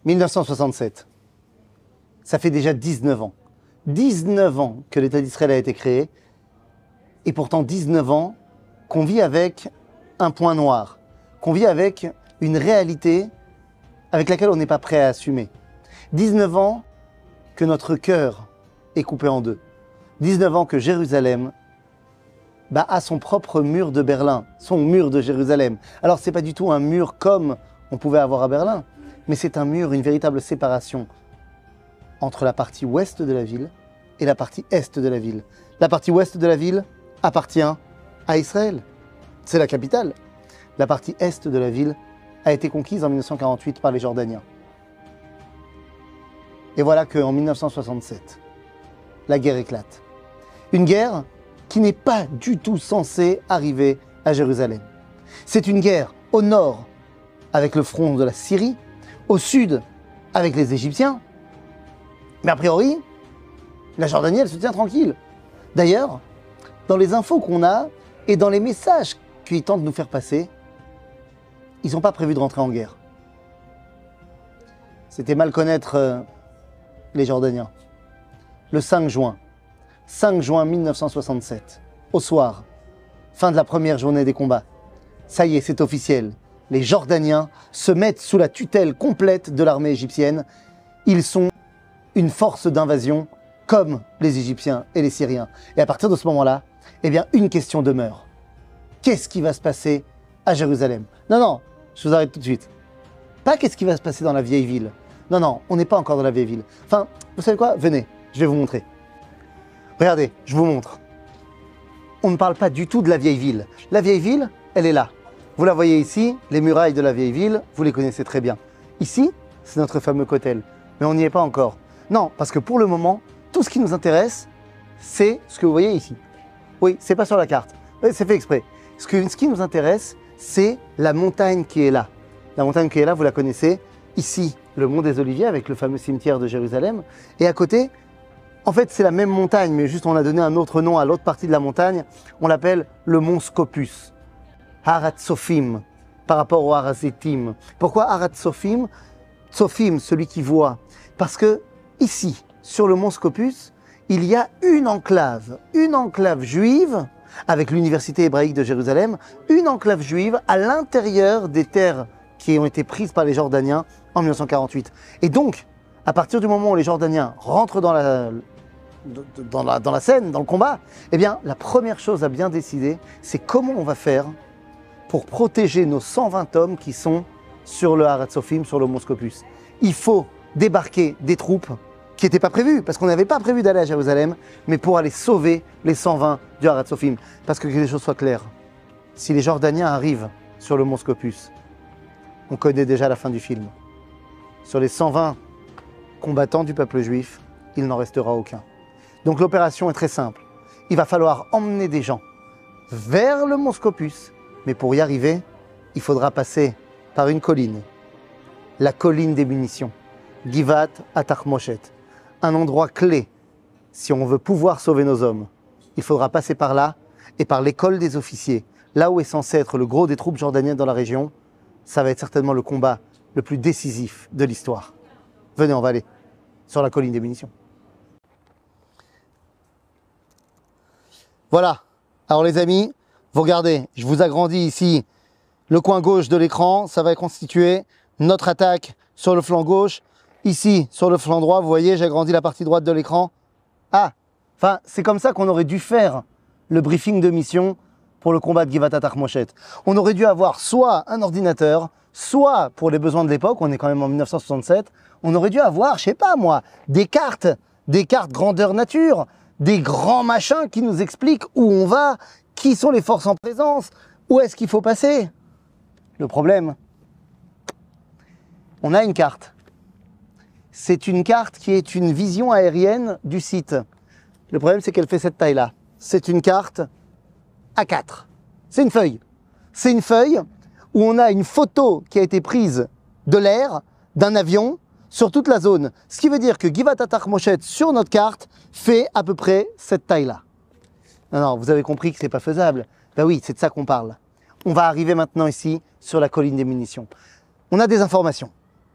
1967. Ça fait déjà 19 ans. 19 ans que l'État d'Israël a été créé, et pourtant 19 ans qu'on vit avec un point noir, qu'on vit avec une réalité avec laquelle on n'est pas prêt à assumer. 19 ans que notre cœur est coupé en deux. 19 ans que Jérusalem a son propre mur de Berlin, son mur de Jérusalem. Alors c'est pas du tout un mur comme on pouvait avoir à Berlin, mais c'est un mur, une véritable séparation entre la partie ouest de la ville et la partie est de la ville. La partie ouest de la ville appartient à Israël, c'est la capitale. La partie est de la ville a été conquise en 1948 par les Jordaniens. Et voilà qu'en 1967, la guerre éclate. Une guerre qui n'est pas du tout censée arriver à Jérusalem. C'est une guerre au nord avec le front de la Syrie, au sud avec les Égyptiens. Mais a priori, la Jordanie, elle se tient tranquille. D'ailleurs, dans les infos qu'on a et dans les messages qu'ils tentent de nous faire passer, ils n'ont pas prévu de rentrer en guerre. C'était mal connaître les Jordaniens. Le 5 juin 1967, au soir, fin de la première journée des combats. Ça y est, c'est officiel. Les Jordaniens se mettent sous la tutelle complète de l'armée égyptienne. Ils sont une force d'invasion comme les Égyptiens et les Syriens. Et à partir de ce moment-là, eh bien, une question demeure. Qu'est-ce qui va se passer à Jérusalem? Non, je vous arrête tout de suite. Pas qu'est-ce qui va se passer dans la vieille ville. Non, on n'est pas encore dans la vieille ville. Enfin, vous savez quoi? Venez, je vais vous montrer. Regardez, je vous montre. On ne parle pas du tout de la vieille ville. La vieille ville, elle est là. Vous la voyez ici, les murailles de la vieille ville, vous les connaissez très bien. Ici, c'est notre fameux Kotel. Mais on n'y est pas encore. Non, parce que pour le moment, tout ce qui nous intéresse, c'est ce que vous voyez ici. Oui, c'est pas sur la carte. C'est fait exprès. Ce qui nous intéresse, c'est la montagne qui est là. La montagne qui est là, vous la connaissez. Ici, le mont des Oliviers avec le fameux cimetière de Jérusalem. Et à côté, en fait, c'est la même montagne, mais juste on a donné un autre nom à l'autre partie de la montagne. On l'appelle le mont Scopus. Harat Sophim, par rapport au Harazetim. Pourquoi Harat Sophim? Sophim, celui qui voit. Parce que ici, sur le mont Scopus, il y a une enclave juive, avec l'université hébraïque de Jérusalem, une enclave juive à l'intérieur des terres qui ont été prises par les Jordaniens en 1948. Et donc, à partir du moment où les Jordaniens rentrent dans la scène, dans le combat, eh bien, la première chose à bien décider, c'est comment on va faire pour protéger nos 120 hommes qui sont sur le Harat Sophim, sur le mont Scopus. Il faut débarquer des troupes qui n'étaient pas prévues, parce qu'on n'avait pas prévu d'aller à Jérusalem, mais pour aller sauver les 120 du Harat Sophim. Parce que les choses soient claires, si les Jordaniens arrivent sur le mont Scopus, on connaît déjà la fin du film. Sur les 120 combattants du peuple juif, il n'en restera aucun. Donc l'opération est très simple. Il va falloir emmener des gens vers le mont Scopus, mais pour y arriver, il faudra passer par une colline, la colline des munitions, Givat Atachmoshet, un endroit clé. Si on veut pouvoir sauver nos hommes, il faudra passer par là et par l'école des officiers, là où est censé être le gros des troupes jordaniennes dans la région. Ça va être certainement le combat le plus décisif de l'histoire. Venez, on va aller sur la colline des munitions. Voilà. Alors les amis, vous regardez, je vous agrandis ici le coin gauche de l'écran. Ça va constituer notre attaque sur le flanc gauche. Ici, sur le flanc droit, vous voyez, j'ai agrandi la partie droite de l'écran. Enfin, c'est comme ça qu'on aurait dû faire le briefing de mission pour le combat de Givat Atachmoshet. On aurait dû avoir soit un ordinateur, soit, pour les besoins de l'époque, on est quand même en 1967, on aurait dû avoir, je sais pas moi, des cartes grandeur nature, des grands machins qui nous expliquent où on va, qui sont les forces en présence, où est-ce qu'il faut passer. Le problème, on a une carte. C'est une carte qui est une vision aérienne du site. Le problème, c'est qu'elle fait cette taille-là. C'est une carte A4. C'est une feuille. C'est une feuille où on a une photo qui a été prise de l'air, d'un avion, sur toute la zone. Ce qui veut dire que Givat Atachmoshet, sur notre carte, fait à peu près cette taille-là. Non, vous avez compris que ce n'est pas faisable. Ben oui, c'est de ça qu'on parle. On va arriver maintenant ici, sur la colline des munitions. On a des informations.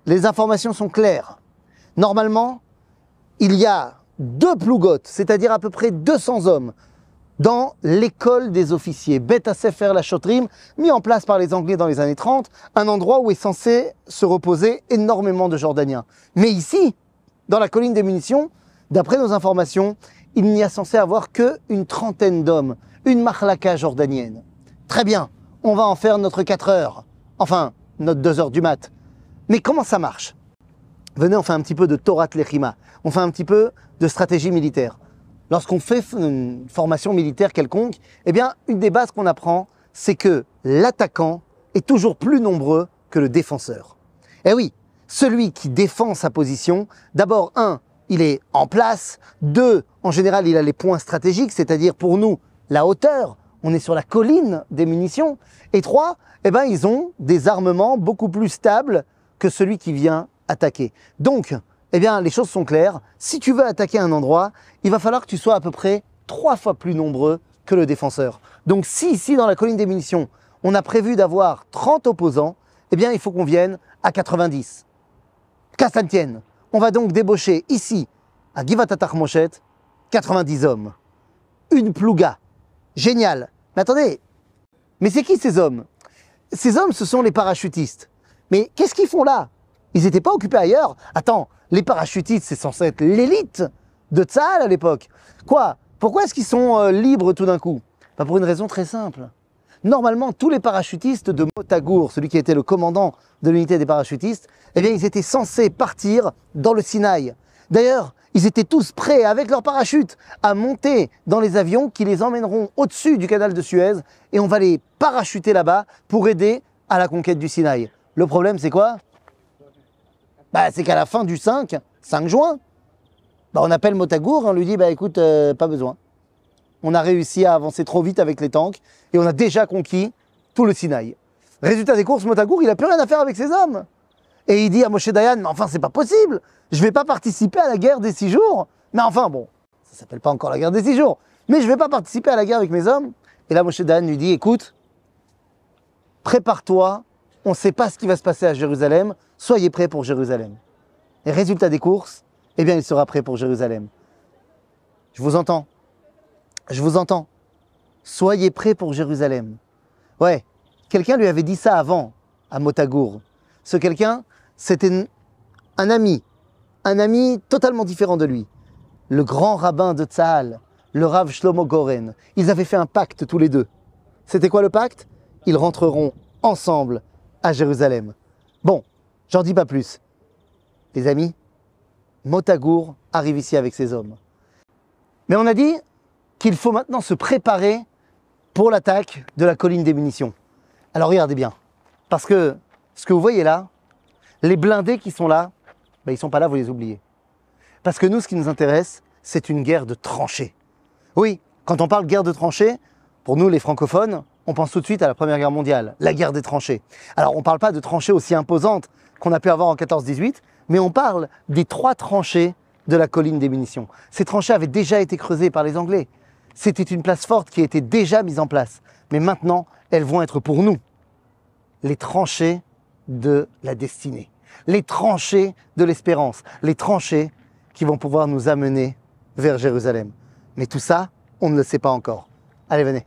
les informations sont claires. Normalement, il y a 2 plougotes, c'est-à-dire à peu près 200 hommes, dans l'école des officiers, Bet Sefer la Shotrim, mis en place par les Anglais dans les années 30, un endroit où est censé se reposer énormément de Jordaniens. Mais ici, dans la colline des munitions, d'après nos informations, il n'y a censé avoir qu'une trentaine d'hommes, une machlaka jordanienne. Très bien, on va en faire notre 4 heures, enfin, notre 2 heures du mat. Mais comment ça marche? Venez, on fait un petit peu de Torah Lechima, on fait un petit peu de stratégie militaire. Lorsqu'on fait une formation militaire quelconque, eh bien, une des bases qu'on apprend, c'est que l'attaquant est toujours plus nombreux que le défenseur. Eh oui, celui qui défend sa position, d'abord, 1, il est en place, 2, en général, il a les points stratégiques, c'est-à-dire pour nous, la hauteur, on est sur la colline des munitions, et 3, eh ben, ils ont des armements beaucoup plus stables que celui qui vient attaquer. Donc, eh bien, les choses sont claires. Si tu veux attaquer un endroit, il va falloir que tu sois à peu près 3 fois plus nombreux que le défenseur. Donc, si ici, dans la colline des munitions, on a prévu d'avoir 30 opposants, eh bien, il faut qu'on vienne à 90. Qu'à ça ne tienne. On va donc débaucher ici, à Givat Atachmoshet, 90 hommes. Une plouga. Génial. Mais attendez, mais c'est qui ces hommes? Ces hommes, ce sont les parachutistes. Mais qu'est-ce qu'ils font là? Ils n'étaient pas occupés ailleurs? Attends, les parachutistes, c'est censé être l'élite de Tsahal à l'époque. Quoi? Pourquoi est-ce qu'ils sont libres tout d'un coup? Pas pour une raison très simple. Normalement, tous les parachutistes de Motagour, celui qui était le commandant de l'unité des parachutistes, eh bien, ils étaient censés partir dans le Sinaï. D'ailleurs, ils étaient tous prêts, avec leurs parachutes, à monter dans les avions qui les emmèneront au-dessus du canal de Suez et on va les parachuter là-bas pour aider à la conquête du Sinaï. Le problème, c'est quoi? C'est qu'à la fin du 5 juin, on appelle Motagour et on lui dit, écoute, pas besoin. On a réussi à avancer trop vite avec les tanks et on a déjà conquis tout le Sinaï. Résultat des courses, Motagour, il n'a plus rien à faire avec ses hommes. Et il dit à Moshe Dayan, mais enfin, c'est pas possible. Je vais pas participer à la guerre des 6 jours. Mais enfin, bon, ça s'appelle pas encore la guerre des 6 jours. Mais je vais pas participer à la guerre avec mes hommes. Et là, Moshe Dayan lui dit, écoute, prépare-toi. On ne sait pas ce qui va se passer à Jérusalem. Soyez prêts pour Jérusalem. Et résultat des courses, eh bien, il sera prêt pour Jérusalem. Je vous entends. Je vous entends. Soyez prêts pour Jérusalem. Ouais, quelqu'un lui avait dit ça avant, à Motagour. Ce quelqu'un, c'était un ami totalement différent de lui. Le grand rabbin de Tsahal, le Rav Shlomo Goren. Ils avaient fait un pacte tous les deux. C'était quoi le pacte? Ils rentreront ensemble à Jérusalem. Bon, j'en dis pas plus. Les amis, Motagour arrive ici avec ses hommes. Mais on a dit qu'il faut maintenant se préparer pour l'attaque de la colline des munitions. Alors regardez bien, parce que ce que vous voyez là, les blindés qui sont là, ils ne sont pas là, vous les oubliez. Parce que nous, ce qui nous intéresse, c'est une guerre de tranchées. Oui, quand on parle guerre de tranchées, pour nous les francophones, on pense tout de suite à la Première Guerre mondiale, la guerre des tranchées. Alors on ne parle pas de tranchées aussi imposantes qu'on a pu avoir en 14-18, mais on parle des 3 tranchées de la colline des munitions. Ces tranchées avaient déjà été creusées par les Anglais. C'était une place forte qui était déjà mise en place. Mais maintenant, elles vont être pour nous les tranchées de la destinée, les tranchées de l'espérance, les tranchées qui vont pouvoir nous amener vers Jérusalem. Mais tout ça, on ne le sait pas encore. Allez, venez.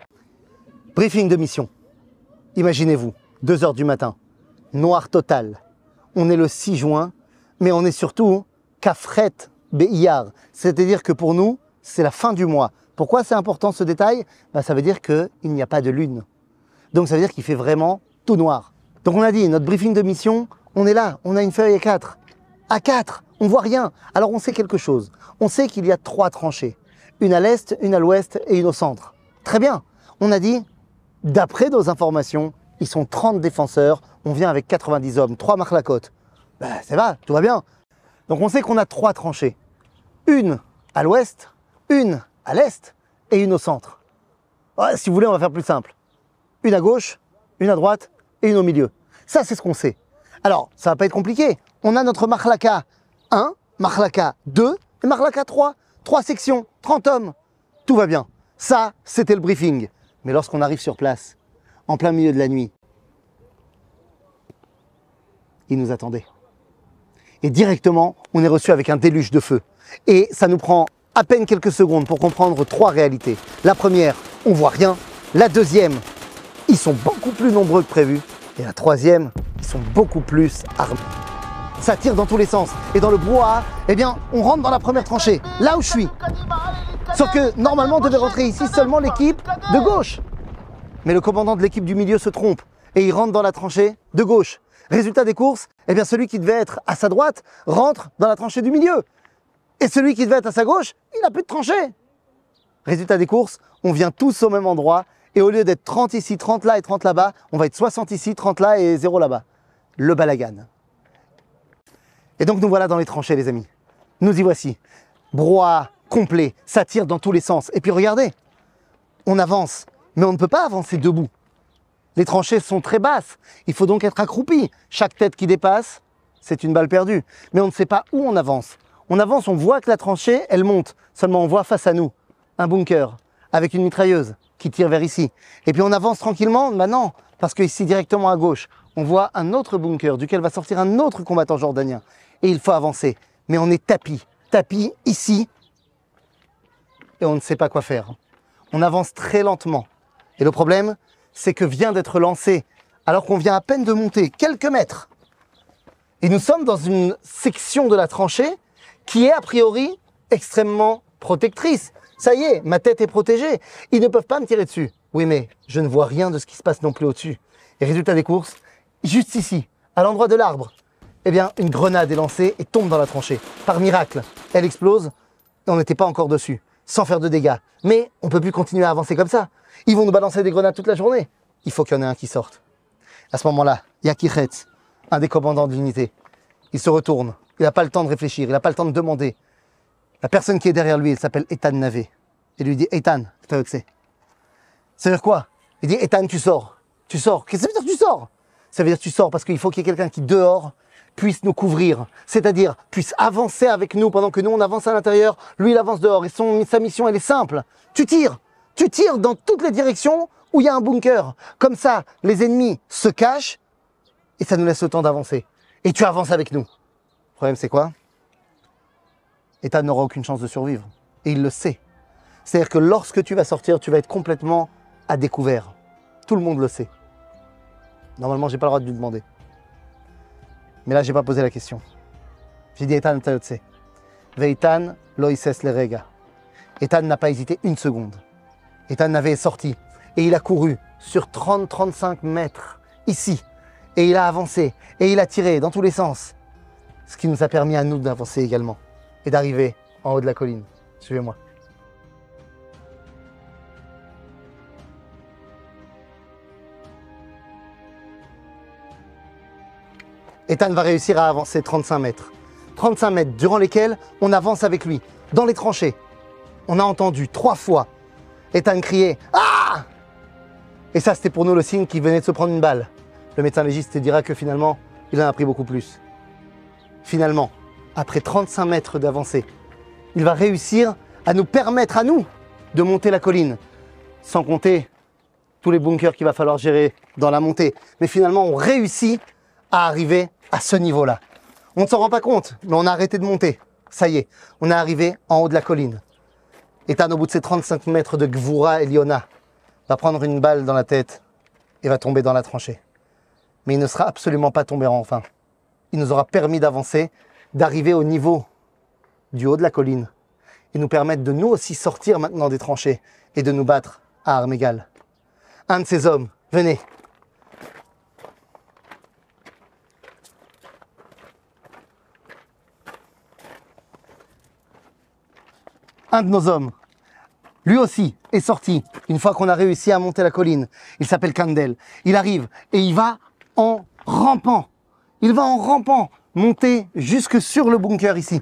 Briefing de mission. Imaginez-vous, 2 heures du matin, noir total. On est le 6 juin, mais on est surtout Kafret Be'iyar. C'est-à-dire que pour nous, c'est la fin du mois. Pourquoi c'est important ce détail? Ça veut dire qu'il n'y a pas de lune. Donc ça veut dire qu'il fait vraiment tout noir. Donc on a dit, notre briefing de mission, on est là, on a une feuille A4. A4, on voit rien. Alors on sait quelque chose. On sait qu'il y a 3 tranchées. Une à l'est, une à l'ouest et une au centre. Très bien. On a dit, d'après nos informations, ils sont 30 défenseurs. On vient avec 90 hommes, 3 machlakot. Ça va, tout va bien. Donc on sait qu'on a 3 tranchées. Une à l'ouest, une à l'est et une au centre. Ouais, si vous voulez, on va faire plus simple. Une à gauche, une à droite et une au milieu. Ça, c'est ce qu'on sait. Alors, ça va pas être compliqué. On a notre Machlaka 1, Machlaka 2 et Machlaka 3. 3 sections, 30 hommes. Tout va bien. Ça, c'était le briefing. Mais lorsqu'on arrive sur place, en plein milieu de la nuit, ils nous attendaient. et directement, on est reçu avec un déluge de feu. Et ça nous prend à peine quelques secondes pour comprendre trois réalités. La première, on voit rien. La deuxième, ils sont beaucoup plus nombreux que prévu. Et la troisième, ils sont beaucoup plus armés. Ça tire dans tous les sens. Et dans le brouhaha, eh bien, on rentre dans la première tranchée, là où je suis. Sauf que normalement, on devait rentrer ici seulement l'équipe de gauche. Mais le commandant de l'équipe du milieu se trompe et il rentre dans la tranchée de gauche. Résultat des courses, eh bien, celui qui devait être à sa droite rentre dans la tranchée du milieu. Et celui qui devait être à sa gauche, il n'a plus de tranchée. Résultat des courses, on vient tous au même endroit. Et au lieu d'être 30 ici, 30 là et 30 là-bas, on va être 60 ici, 30 là et 0 là-bas. Le balagan. Et donc nous voilà dans les tranchées, les amis. Nous y voici. Brouhaha complet, ça tire dans tous les sens. Et puis regardez, on avance, mais on ne peut pas avancer debout. Les tranchées sont très basses, il faut donc être accroupi. Chaque tête qui dépasse, c'est une balle perdue. Mais on ne sait pas où on avance. On avance, on voit que la tranchée, elle monte. Seulement on voit face à nous un bunker avec une mitrailleuse qui tire vers ici. Et puis on avance tranquillement, non, parce que ici directement à gauche, on voit un autre bunker duquel va sortir un autre combattant jordanien. Et il faut avancer. Mais on est tapis ici, et on ne sait pas quoi faire. On avance très lentement. Et le problème, c'est que vient d'être lancé, alors qu'on vient à peine de monter quelques mètres. Et nous sommes dans une section de la tranchée qui est a priori extrêmement protectrice. Ça y est, ma tête est protégée. Ils ne peuvent pas me tirer dessus. Oui, mais je ne vois rien de ce qui se passe non plus au-dessus. Et résultat des courses, juste ici, à l'endroit de l'arbre, eh bien, une grenade est lancée et tombe dans la tranchée. Par miracle, elle explose et on n'était pas encore dessus, sans faire de dégâts. Mais on ne peut plus continuer à avancer comme ça. Ils vont nous balancer des grenades toute la journée. Il faut qu'il y en ait un qui sorte. À ce moment-là, il y a Kichetz, un des commandants de l'unité. Il se retourne. Il n'a pas le temps de réfléchir. Il n'a pas le temps de demander. La personne qui est derrière lui, elle s'appelle Eitan Navé. Il lui dit, Eitan, ça veut dire quoi? Il dit, Eitan, tu sors. Tu sors. Qu'est-ce que ça veut dire tu sors? Ça veut dire tu sors parce qu'il faut qu'il y ait quelqu'un qui, dehors, puisse nous couvrir. C'est-à-dire, puisse avancer avec nous pendant que nous, on avance à l'intérieur. Lui, il avance dehors. Et sa mission, elle est simple. Tu tires. Tu tires dans toutes les directions où il y a un bunker. Comme ça, les ennemis se cachent et ça nous laisse le temps d'avancer. Et tu avances avec nous. Le problème, c'est quoi? Eitan n'aura aucune chance de survivre. Et il le sait. C'est-à-dire que lorsque tu vas sortir, tu vas être complètement à découvert. Tout le monde le sait. Normalement, j'ai pas le droit de lui demander. Mais là, j'ai pas posé la question. J'ai dit Eitan Tayotse. Veitan loises le rega. Eitan n'a pas hésité une seconde. Eitan avait sorti. Et il a couru sur 30-35 mètres, ici. Et il a avancé. Et il a tiré dans tous les sens. Ce qui nous a permis à nous d'avancer également. Et d'arriver en haut de la colline. Suivez-moi. Eitan va réussir à avancer 35 mètres. 35 mètres durant lesquels on avance avec lui, dans les tranchées. On a entendu 3 fois Eitan crier « Ah !» Et ça, c'était pour nous le signe qu'il venait de se prendre une balle. Le médecin légiste dira que finalement, il en a pris beaucoup plus. Finalement, après 35 mètres d'avancée, il va réussir à nous permettre à nous de monter la colline. Sans compter tous les bunkers qu'il va falloir gérer dans la montée. Mais finalement, on réussit à arriver à ce niveau-là. On ne s'en rend pas compte, mais on a arrêté de monter. Ça y est, on est arrivé en haut de la colline. Eitan, au bout de ses 35 mètres de Gvura Eliona, va prendre une balle dans la tête et va tomber dans la tranchée. Mais il ne sera absolument pas tombé en vain. Il nous aura permis d'avancer, d'arriver au niveau du haut de la colline et nous permettre de nous aussi sortir maintenant des tranchées et de nous battre à armes égales. Un de ces hommes, venez. Un de nos hommes, lui aussi, est sorti une fois qu'on a réussi à monter la colline. Il s'appelle Kandel. Il arrive et il va en rampant. Il va en rampant monter jusque sur le bunker ici.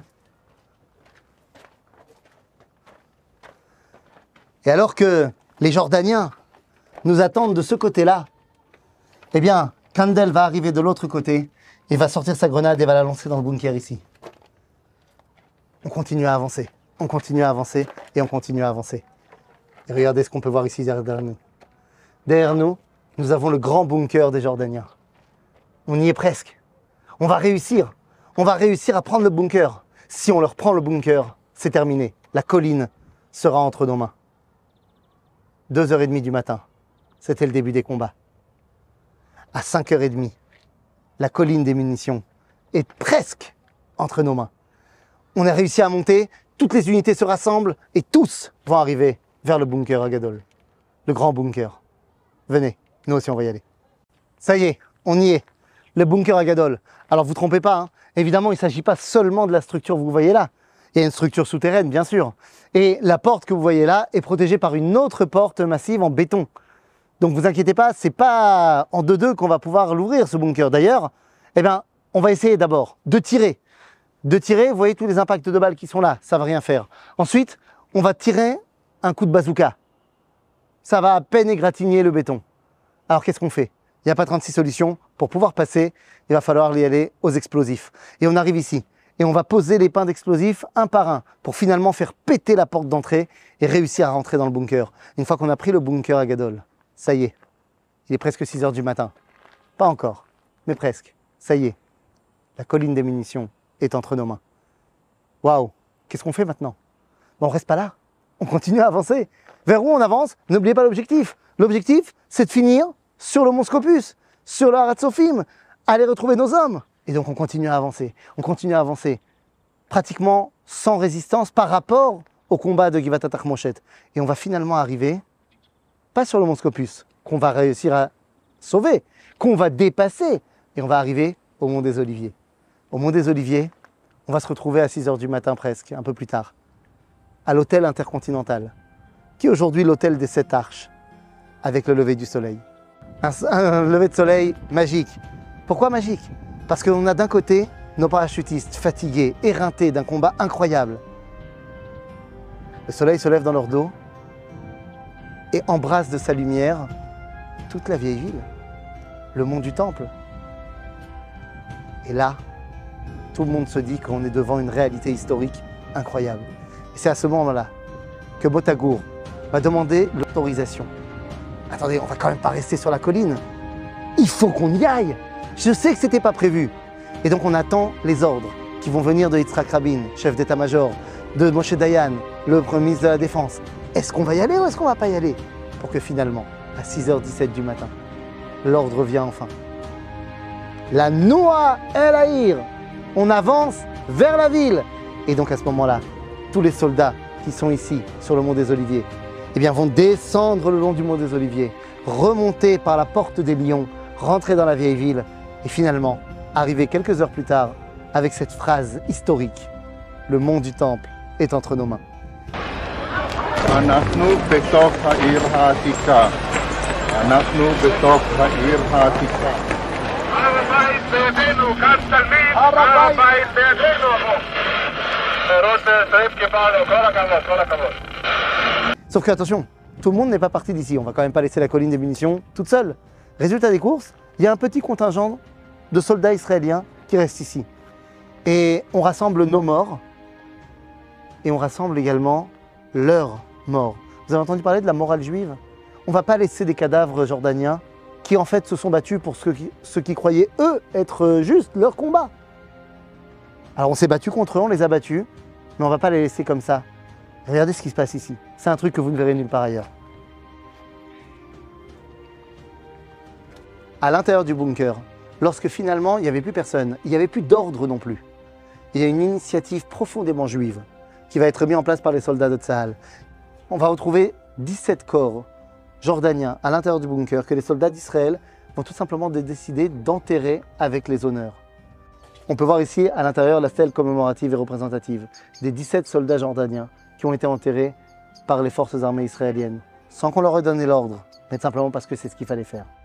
Et alors que les Jordaniens nous attendent de ce côté-là, eh bien, Kandel va arriver de l'autre côté et va sortir sa grenade et va la lancer dans le bunker ici. On continue à avancer. On continue à avancer et on continue à avancer. Et regardez ce qu'on peut voir ici derrière nous. Derrière nous, nous avons le grand bunker des Jordaniens. On y est presque. On va réussir. On va réussir à prendre le bunker. Si on leur prend le bunker, c'est terminé. La colline sera entre nos mains. 2h30 du matin, c'était le début des combats. À 5h30, la colline des munitions est presque entre nos mains. On a réussi à monter, toutes les unités se rassemblent et tous vont arriver vers le bunker Agadol, le grand bunker. Venez, nous aussi on va y aller. Ça y est, on y est, le bunker Agadol. Alors vous ne trompez pas, hein. Évidemment il ne s'agit pas seulement de la structure que vous voyez là. Il y a une structure souterraine bien sûr. Et la porte que vous voyez là est protégée par une autre porte massive en béton. Donc vous inquiétez pas, c'est pas en 2-2 qu'on va pouvoir l'ouvrir ce bunker. D'ailleurs, eh ben, on va essayer d'abord de tirer. De tirer, vous voyez tous les impacts de balles qui sont là, ça va rien faire. Ensuite, on va tirer un coup de bazooka. Ça va à peine égratigner le béton. Alors qu'est-ce qu'on fait? Il n'y a pas 36 solutions. Pour pouvoir passer, il va falloir y aller aux explosifs. Et on arrive ici. Et on va poser les pains d'explosifs un par un pour finalement faire péter la porte d'entrée et réussir à rentrer dans le bunker. Une fois qu'on a pris le bunker Agadol, ça y est, il est presque 6h du matin. Pas encore, mais presque. Ça y est, la colline des munitions est entre nos mains. Waouh, qu'est-ce qu'on fait maintenant? On reste pas là, on continue à avancer. Vers où on avance? N'oubliez pas l'objectif. L'objectif, c'est de finir sur le mont Scopus, sur le Harat Sophim, aller retrouver nos hommes. Et donc on continue à avancer, pratiquement sans résistance par rapport au combat de Givat Tachmoshet. Et on va finalement arriver, pas sur le mont Scopus, qu'on va réussir à sauver, qu'on va dépasser, et on va arriver au mont des Oliviers. Au mont des Oliviers, on va se retrouver à 6h du matin presque, un peu plus tard, à l'hôtel Intercontinental, qui est aujourd'hui l'hôtel des 7 arches, avec le lever du soleil. Un lever de soleil magique. Pourquoi magique? Parce qu'on a d'un côté nos parachutistes fatigués, éreintés d'un combat incroyable. Le soleil se lève dans leur dos et embrasse de sa lumière toute la vieille ville, le mont du Temple. Et là, tout le monde se dit qu'on est devant une réalité historique incroyable. Et c'est à ce moment-là que Botagour va demander l'autorisation. Attendez, on va quand même pas rester sur la colline. Il faut qu'on y aille. Je sais que c'était pas prévu. Et donc on attend les ordres qui vont venir de Yitzhak Rabin, chef d'état-major, de Moshe Dayan, le premier ministre de la Défense. Est-ce qu'on va y aller ou est-ce qu'on va pas y aller? Pour que finalement, à 6h17 du matin, l'ordre vient enfin. La Noa El Haïr, on avance vers la ville. Et donc à ce moment-là, tous les soldats qui sont ici, sur le mont des Oliviers, eh bien, vont descendre le long du mont des Oliviers, remonter par la porte des Lions, rentrer dans la vieille ville et finalement arriver quelques heures plus tard avec cette phrase historique: le mont du Temple est entre nos mains. אנחנו בתוך העיר העתיקה. אנחנו בתוך העיר העתיקה. הר הבית בידינו, כאן תלמיד, הר הבית בידינו. כל הכבוד. Sauf que attention, tout le monde n'est pas parti d'ici. On va quand même pas laisser la colline des munitions toute seule. Résultat des courses, il y a un petit contingent de soldats israéliens qui restent ici. Et on rassemble nos morts et on rassemble également leurs morts. Vous avez entendu parler de la morale juive? On ne va pas laisser des cadavres jordaniens qui en fait se sont battus pour ceux qui croyaient eux être juste leur combat. Alors on s'est battu contre eux, on les a battus, mais on ne va pas les laisser comme ça. Regardez ce qui se passe ici. C'est un truc que vous ne verrez nulle part ailleurs. À l'intérieur du bunker, lorsque finalement il n'y avait plus personne, il n'y avait plus d'ordre non plus, il y a une initiative profondément juive qui va être mise en place par les soldats de Tsahal. On va retrouver 17 corps jordaniens à l'intérieur du bunker que les soldats d'Israël vont tout simplement décider d'enterrer avec les honneurs. On peut voir ici à l'intérieur la stèle commémorative et représentative des 17 soldats jordaniens qui ont été enterrés par les forces armées israéliennes, sans qu'on leur ait donné l'ordre, mais simplement parce que c'est ce qu'il fallait faire.